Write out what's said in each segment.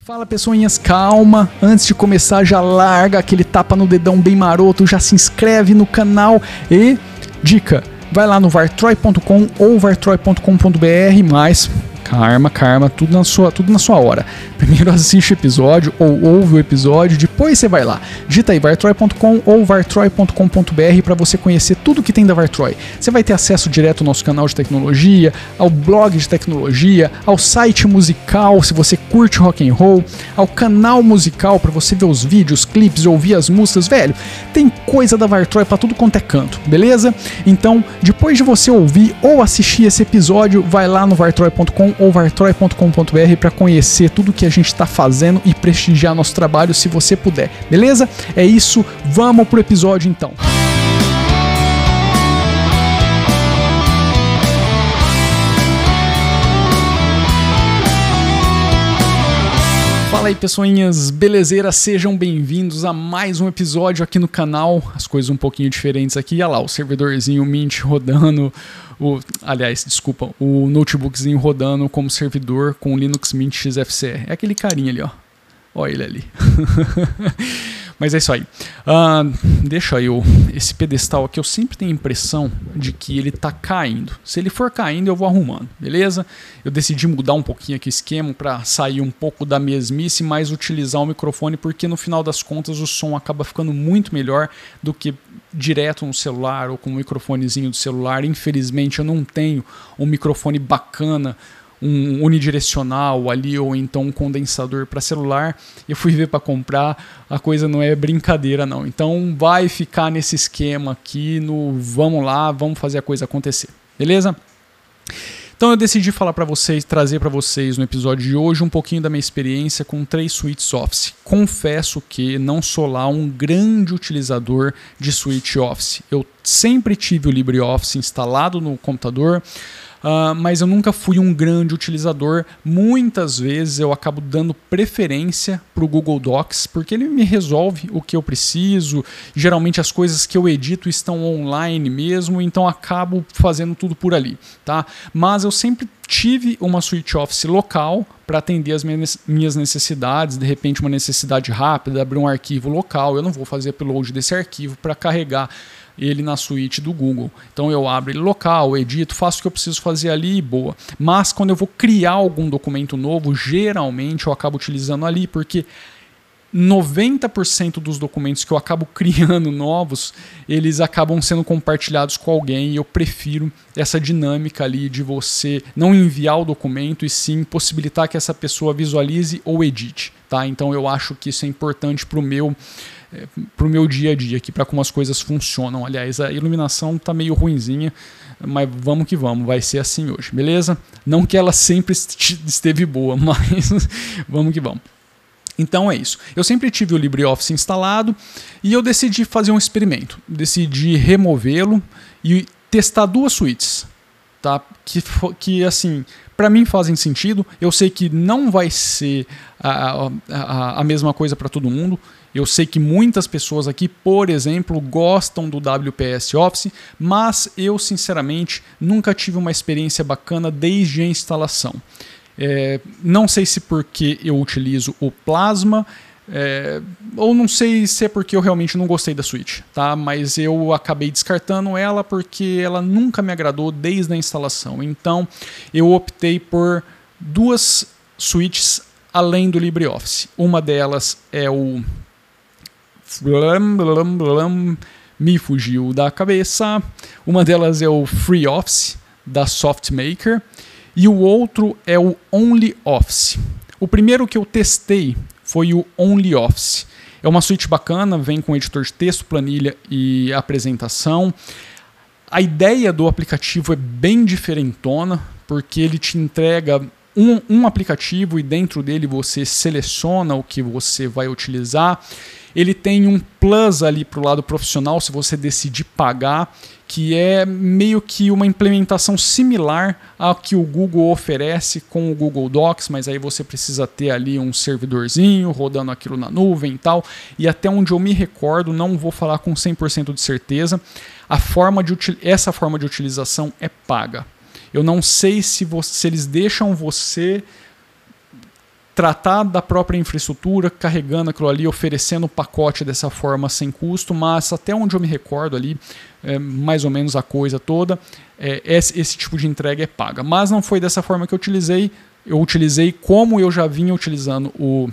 Fala pessoinhas, calma, antes de começar já larga aquele tapa no dedão bem maroto, já se inscreve no canal e, dica, vai lá no vartroy.com ou vartroy.com.br, mas calma, tudo na sua hora. Primeiro assiste o episódio ou ouve o episódio, depois você vai lá. Digita aí vartroy.com ou vartroy.com.br para você conhecer tudo que tem da Vartroy. Você vai ter acesso direto ao nosso canal de tecnologia, ao blog de tecnologia, ao site musical, se você curte rock and roll, ao canal musical para você ver os vídeos, clipes, ouvir as músicas, velho. Tem coisa da Vartroy para tudo quanto é canto, beleza? Então, depois de você ouvir ou assistir esse episódio, vai lá no vartroy.com ou vartroy.com.br para conhecer tudo que a gente está fazendo e prestigiar nosso trabalho se você puder, beleza? É isso, vamos pro episódio então. Fala aí pessoinhas, belezeira, sejam bem-vindos a mais um episódio aqui no canal, as coisas um pouquinho diferentes aqui, olha lá o servidorzinho Mint rodando, o notebookzinho rodando como servidor com o Linux Mint XFCE, é aquele carinha ali, ó, olha ele ali. Mas é isso aí. Deixa eu... Esse pedestal aqui eu sempre tenho a impressão de que ele tá caindo. Se ele for caindo eu vou arrumando, beleza? Eu decidi mudar um pouquinho aqui o esquema para sair um pouco da mesmice, mas utilizar o microfone porque no final das contas o som acaba ficando muito melhor do que direto no celular ou com o microfonezinho do celular. Infelizmente eu não tenho um microfone bacana, um unidirecional ali ou então um condensador para celular. Eu fui ver para comprar, a coisa não é brincadeira não. Então vai ficar nesse esquema aqui no vamos lá, vamos fazer a coisa acontecer, beleza? Então eu decidi falar para vocês, trazer para vocês no episódio de hoje um pouquinho da minha experiência com 3 suítes Office. Confesso que não sou lá um grande utilizador de suíte Office. Eu sempre tive o LibreOffice instalado no computador, mas eu nunca fui um grande utilizador. Muitas vezes eu acabo dando preferência para o Google Docs, porque ele me resolve o que eu preciso. Geralmente as coisas que eu edito estão online mesmo, então acabo fazendo tudo por ali, tá? Mas eu sempre tive uma suite Office local para atender as minhas necessidades, de repente uma necessidade rápida, abrir um arquivo local, eu não vou fazer upload desse arquivo para carregar ele na suíte do Google. Então eu abro ele local, edito, faço o que eu preciso fazer ali e boa. Mas quando eu vou criar algum documento novo, geralmente eu acabo utilizando ali, porque 90% dos documentos que eu acabo criando novos, eles acabam sendo compartilhados com alguém, e eu prefiro essa dinâmica ali de você não enviar o documento e sim possibilitar que essa pessoa visualize ou edite, tá? Então eu acho que isso é importante para o meu dia a dia aqui, para como as coisas funcionam. Aliás, a iluminação tá meio ruinzinha, mas vamos que vamos, vai ser assim hoje, beleza? Não que ela sempre esteve boa, mas vamos que vamos. Então é isso. Eu sempre tive o LibreOffice instalado e eu decidi fazer um experimento. Decidi removê-lo e testar 2 suítes, tá? Que assim, para mim fazem sentido. Eu sei que não vai ser a mesma coisa para todo mundo. Eu sei que muitas pessoas aqui, por exemplo, gostam do WPS Office, mas eu sinceramente nunca tive uma experiência bacana desde a instalação. Não sei se porque eu utilizo o Plasma, ou não sei se é porque eu realmente não gostei da suíte, tá? Mas eu acabei descartando ela porque ela nunca me agradou desde a instalação. Então eu optei por 2 suítes além do LibreOffice. Uma delas é o... Me fugiu da cabeça. Uma delas é o FreeOffice da SoftMaker. E o outro é o OnlyOffice. O primeiro que eu testei foi o OnlyOffice. É uma suíte bacana, vem com editor de texto, planilha e apresentação. A ideia do aplicativo é bem diferentona, porque ele te entrega um aplicativo e dentro dele você seleciona o que você vai utilizar. Ele tem um plus ali para o lado profissional, se você decidir pagar, que é meio que uma implementação similar ao que o Google oferece com o Google Docs, mas aí você precisa ter ali um servidorzinho rodando aquilo na nuvem e tal. E até onde eu me recordo, não vou falar com 100% de certeza, essa forma de utilização é paga. Eu não sei se eles deixam você tratar da própria infraestrutura, carregando aquilo ali, oferecendo o pacote dessa forma sem custo, mas até onde eu me recordo ali, mais ou menos a coisa toda, esse tipo de entrega é paga. Mas não foi dessa forma que eu utilizei como eu já vinha utilizando o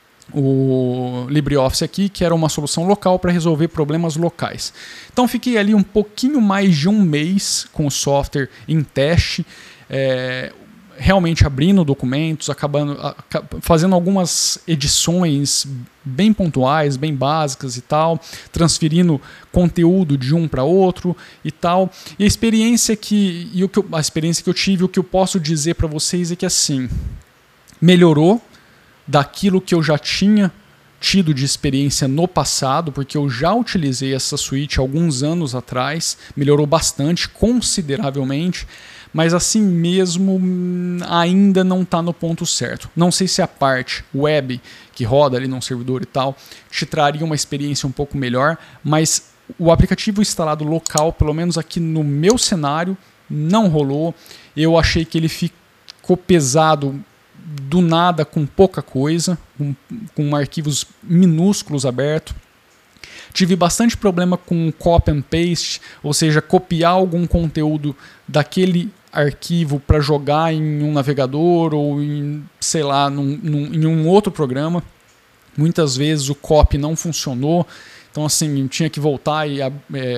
LibreOffice aqui, que era uma solução local para resolver problemas locais. Então fiquei ali um pouquinho mais de um mês com o software em teste, realmente abrindo documentos, fazendo algumas edições bem pontuais, bem básicas e tal, transferindo conteúdo de um para outro e tal. E a experiência que eu tive, o que eu posso dizer para vocês é que assim, melhorou daquilo que eu já tinha tido de experiência no passado, porque eu já utilizei essa suíte alguns anos atrás, melhorou bastante, consideravelmente, mas assim mesmo ainda não está no ponto certo. Não sei se a parte web que roda ali num servidor e tal te traria uma experiência um pouco melhor, mas o aplicativo instalado local, pelo menos aqui no meu cenário, não rolou. Eu achei que ele ficou pesado do nada, com pouca coisa, com arquivos minúsculos abertos. Tive bastante problema com copy and paste, ou seja, copiar algum conteúdo daquele arquivo para jogar em um navegador ou em, sei lá, em um outro programa. Muitas vezes o copy não funcionou, então assim, eu tinha que voltar e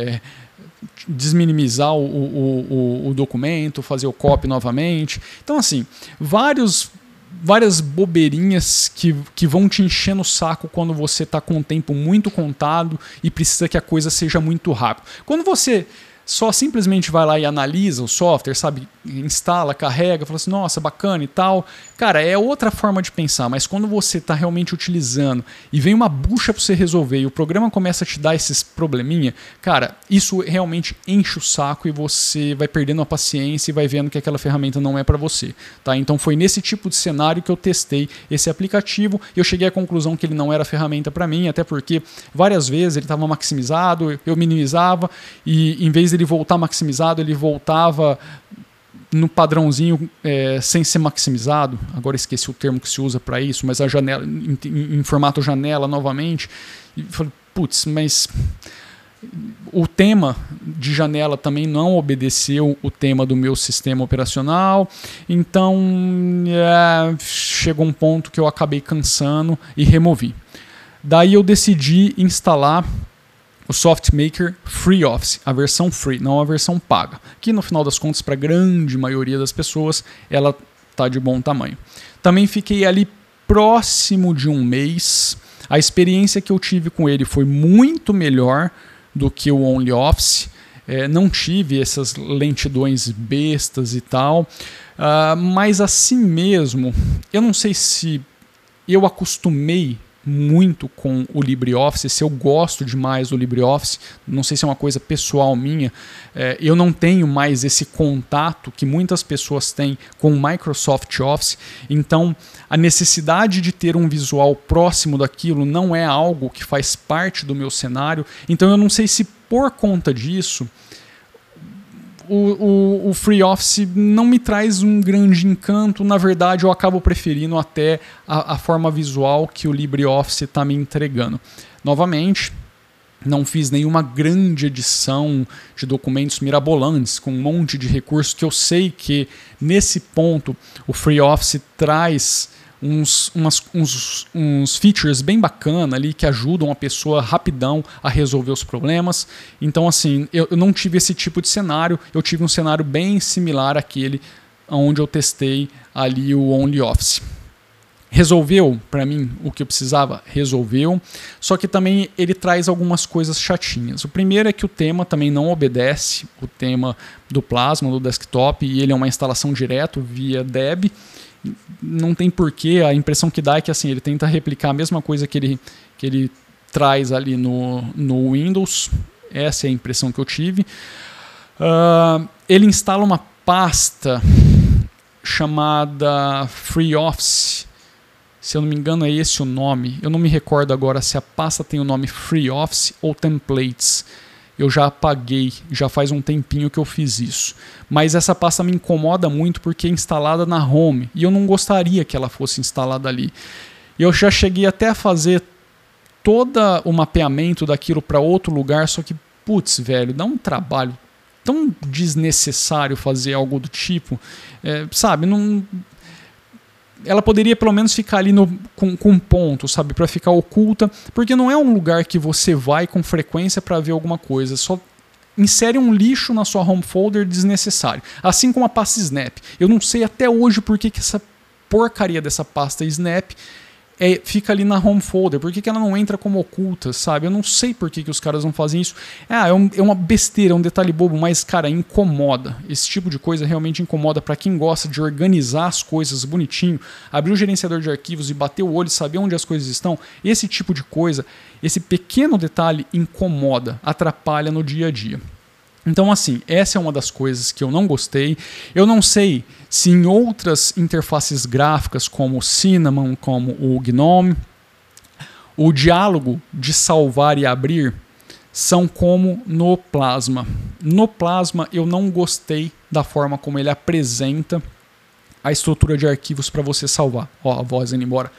desminimizar o documento, fazer o copy novamente. Então assim, várias bobeirinhas que vão te enchendo o saco quando você está com o tempo muito contado e precisa que a coisa seja muito rápida. Quando você só simplesmente vai lá e analisa o software, sabe, instala, carrega, fala assim, nossa, bacana e tal. Cara, é outra forma de pensar, mas quando você está realmente utilizando e vem uma bucha para você resolver e o programa começa a te dar esses probleminha, cara, isso realmente enche o saco e você vai perdendo a paciência e vai vendo que aquela ferramenta não é para você, tá? Então foi nesse tipo de cenário que eu testei esse aplicativo e eu cheguei à conclusão que ele não era ferramenta para mim, até porque várias vezes ele estava maximizado, eu minimizava e em vez de ele voltar maximizado, ele voltava no padrãozinho sem ser maximizado. Agora esqueci o termo que se usa para isso, mas a janela em formato janela novamente. E falei, putz, mas o tema de janela também não obedeceu o tema do meu sistema operacional, então chegou um ponto que eu acabei cansando e removi. Daí eu decidi instalar o SoftMaker FreeOffice, a versão free, não a versão paga, que no final das contas, para a grande maioria das pessoas, ela está de bom tamanho. Também fiquei ali próximo de um mês. A experiência que eu tive com ele foi muito melhor do que o OnlyOffice. Não tive essas lentidões bestas e tal, mas assim mesmo, eu não sei se eu acostumei muito com o LibreOffice, se eu gosto demais do LibreOffice, não sei se é uma coisa pessoal minha, eu não tenho mais esse contato que muitas pessoas têm com o Microsoft Office, então a necessidade de ter um visual próximo daquilo não é algo que faz parte do meu cenário, então eu não sei se por conta disso o FreeOffice não me traz um grande encanto. Na verdade, eu acabo preferindo até a forma visual que o LibreOffice está me entregando. Novamente, não fiz nenhuma grande edição de documentos mirabolantes, com um monte de recursos, que eu sei que nesse ponto o FreeOffice traz uns features bem bacana ali que ajudam a pessoa rapidão a resolver os problemas. Então assim, eu não tive esse tipo de cenário, eu tive um cenário bem similar àquele onde eu testei ali o OnlyOffice. Resolveu para mim o que eu precisava? Resolveu, só que também ele traz algumas coisas chatinhas. O primeiro é que o tema também não obedece o tema do Plasma, do desktop, e ele é uma instalação direto via Deb. Não tem porquê, a impressão que dá é que assim, ele tenta replicar a mesma coisa que ele traz ali no Windows. Essa é a impressão que eu tive. Ele instala uma pasta chamada FreeOffice, se eu não me engano é esse o nome, eu não me recordo agora se a pasta tem o nome FreeOffice ou Templates, eu já apaguei, já faz um tempinho que eu fiz isso. Mas essa pasta me incomoda muito porque é instalada na home e eu não gostaria que ela fosse instalada ali. Eu já cheguei até a fazer todo o mapeamento daquilo para outro lugar, só que, putz, velho, dá um trabalho tão desnecessário fazer algo do tipo, sabe, não... Ela poderia pelo menos ficar ali com um ponto, sabe, para ficar oculta, porque não é um lugar que você vai com frequência para ver alguma coisa, só insere um lixo na sua home folder desnecessário, assim como a pasta Snap. Eu não sei até hoje por que essa porcaria dessa pasta Snap fica ali na home folder, por que ela não entra como oculta, sabe? Eu não sei por que os caras não fazem isso. É uma besteira, é um detalhe bobo, mas, cara, incomoda. Esse tipo de coisa realmente incomoda para quem gosta de organizar as coisas bonitinho, abrir o gerenciador de arquivos e bater o olho e saber onde as coisas estão. Esse tipo de coisa, esse pequeno detalhe incomoda, atrapalha no dia a dia. Então, assim, essa é uma das coisas que eu não gostei. Eu não sei se em outras interfaces gráficas, como o Cinnamon, como o GNOME, o diálogo de salvar e abrir são como no Plasma. No Plasma, eu não gostei da forma como ele apresenta a estrutura de arquivos para você salvar. Ó, a voz indo embora.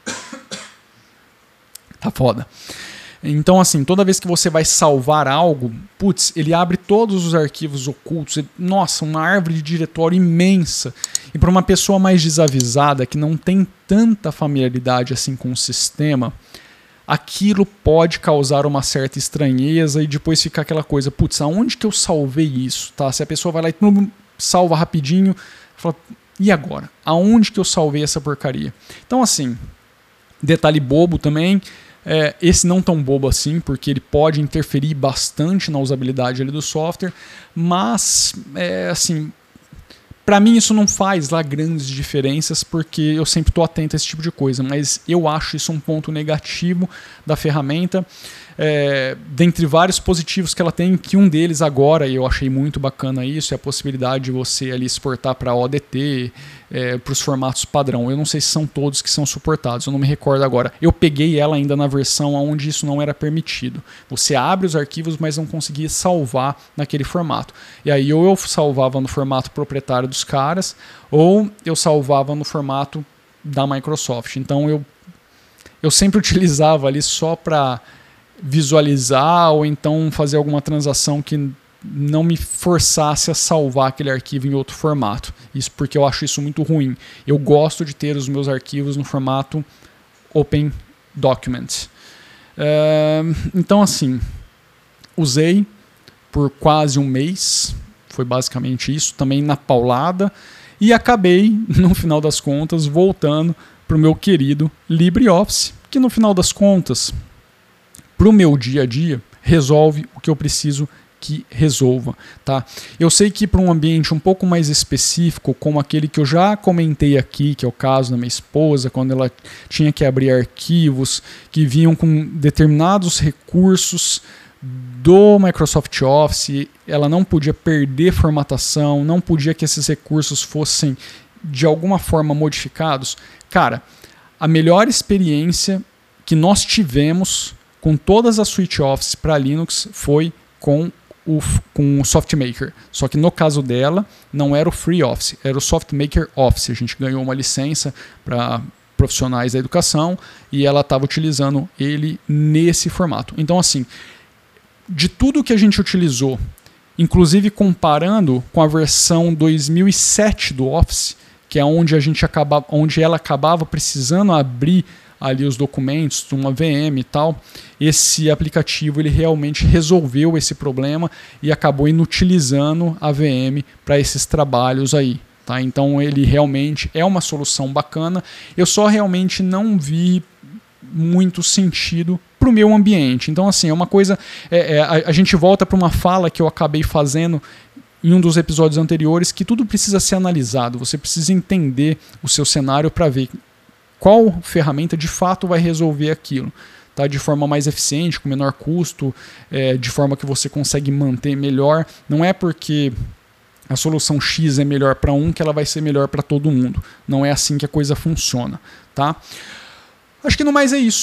Tá foda. Então, assim, toda vez que você vai salvar algo, putz, ele abre todos os arquivos ocultos. Nossa, uma árvore de diretório imensa. E para uma pessoa mais desavisada, que não tem tanta familiaridade assim com o sistema, aquilo pode causar uma certa estranheza e depois ficar aquela coisa, putz, aonde que eu salvei isso? Tá? Se a pessoa vai lá e salva rapidinho, fala, e agora? Aonde que eu salvei essa porcaria? Então, assim, detalhe bobo também, esse não tão bobo assim, porque ele pode interferir bastante na usabilidade ali do software, mas, assim, para mim isso não faz lá grandes diferenças, porque eu sempre estou atento a esse tipo de coisa, mas eu acho isso um ponto negativo da ferramenta. Dentre vários positivos que ela tem, que um deles agora, e eu achei muito bacana isso, é a possibilidade de você ali exportar para ODT, para os formatos padrão. Eu não sei se são todos que são suportados, eu não me recordo agora. Eu peguei ela ainda na versão onde isso não era permitido. Você abre os arquivos, mas não conseguia salvar naquele formato. E aí ou eu salvava no formato proprietário dos caras, ou eu salvava no formato da Microsoft. Então eu sempre utilizava ali só para visualizar ou então fazer alguma transação que não me forçasse a salvar aquele arquivo em outro formato. Isso porque eu acho isso muito ruim. Eu gosto de ter os meus arquivos no formato Open Document. Então, assim, usei por quase um mês, foi basicamente isso, também na paulada, e acabei, no final das contas, voltando para o meu querido LibreOffice, que no final das contas, para o meu dia a dia, resolve o que eu preciso que resolva. Tá? Eu sei que para um ambiente um pouco mais específico, como aquele que eu já comentei aqui, que é o caso da minha esposa, quando ela tinha que abrir arquivos que vinham com determinados recursos do Microsoft Office, ela não podia perder formatação, não podia que esses recursos fossem de alguma forma modificados. Cara, a melhor experiência que nós tivemos com todas as suite Office para Linux foi com o SoftMaker. Só que no caso dela, não era o FreeOffice, era o SoftMaker Office. A gente ganhou uma licença para profissionais da educação e ela estava utilizando ele nesse formato. Então, assim, de tudo que a gente utilizou, inclusive comparando com a versão 2007 do Office, que é onde ela acabava precisando abrir ali os documentos de uma VM e tal, esse aplicativo ele realmente resolveu esse problema e acabou inutilizando a VM para esses trabalhos aí. Tá? Então ele realmente é uma solução bacana, eu só realmente não vi muito sentido para o meu ambiente. Então, assim, é uma coisa, a gente volta para uma fala que eu acabei fazendo em um dos episódios anteriores, que tudo precisa ser analisado, você precisa entender o seu cenário para ver qual ferramenta de fato vai resolver aquilo, tá? De forma mais eficiente, com menor custo, de forma que você consegue manter melhor. Não é porque a solução X é melhor para um que ela vai ser melhor para todo mundo. Não é assim que a coisa funciona. Tá? Acho que no mais é isso.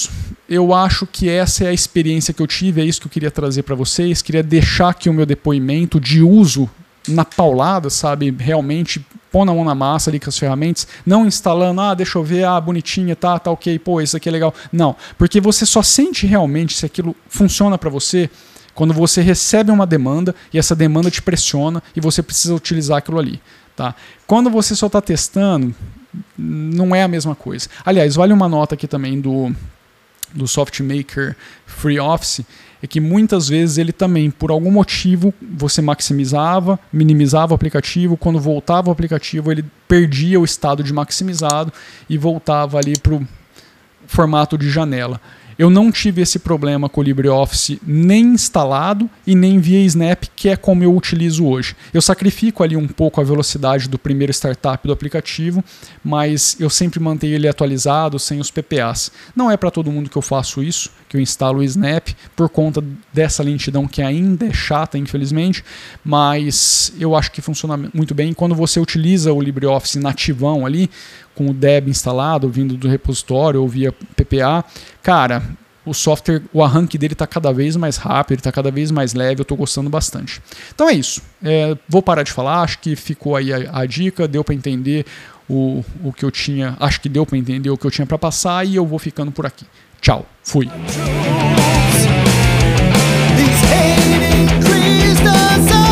eu acho que essa é a experiência que eu tive, é isso que eu queria trazer para vocês. Queria deixar aqui o meu depoimento de uso na paulada, sabe? Realmente pôr na mão na massa ali com as ferramentas, não instalando, deixa eu ver, bonitinha, tá ok, pô, isso aqui é legal. Não, porque você só sente realmente se aquilo funciona para você quando você recebe uma demanda e essa demanda te pressiona e você precisa utilizar aquilo ali, tá? Quando você só está testando, não é a mesma coisa. Aliás, vale uma nota aqui também do SoftMaker FreeOffice, é que muitas vezes ele também, por algum motivo, você maximizava, minimizava o aplicativo, quando voltava o aplicativo ele perdia o estado de maximizado e voltava ali para o formato de janela. Eu não tive esse problema com o LibreOffice nem instalado e nem via Snap, que é como eu utilizo hoje. Eu sacrifico ali um pouco a velocidade do primeiro startup do aplicativo, mas eu sempre mantenho ele atualizado, sem os PPAs. Não é para todo mundo que eu faço isso, que eu instalo o Snap, por conta dessa lentidão que ainda é chata, infelizmente, mas eu acho que funciona muito bem. Quando você utiliza o LibreOffice nativão ali, com o Deb instalado, vindo do repositório ou via PPA, cara, o software, o arranque dele está cada vez mais rápido, está cada vez mais leve, eu estou gostando bastante. Então é isso, vou parar de falar, acho que ficou aí a dica, deu para entender o que eu tinha, acho que deu para entender o que eu tinha para passar e eu vou ficando por aqui. Tchau, fui! These hating creatures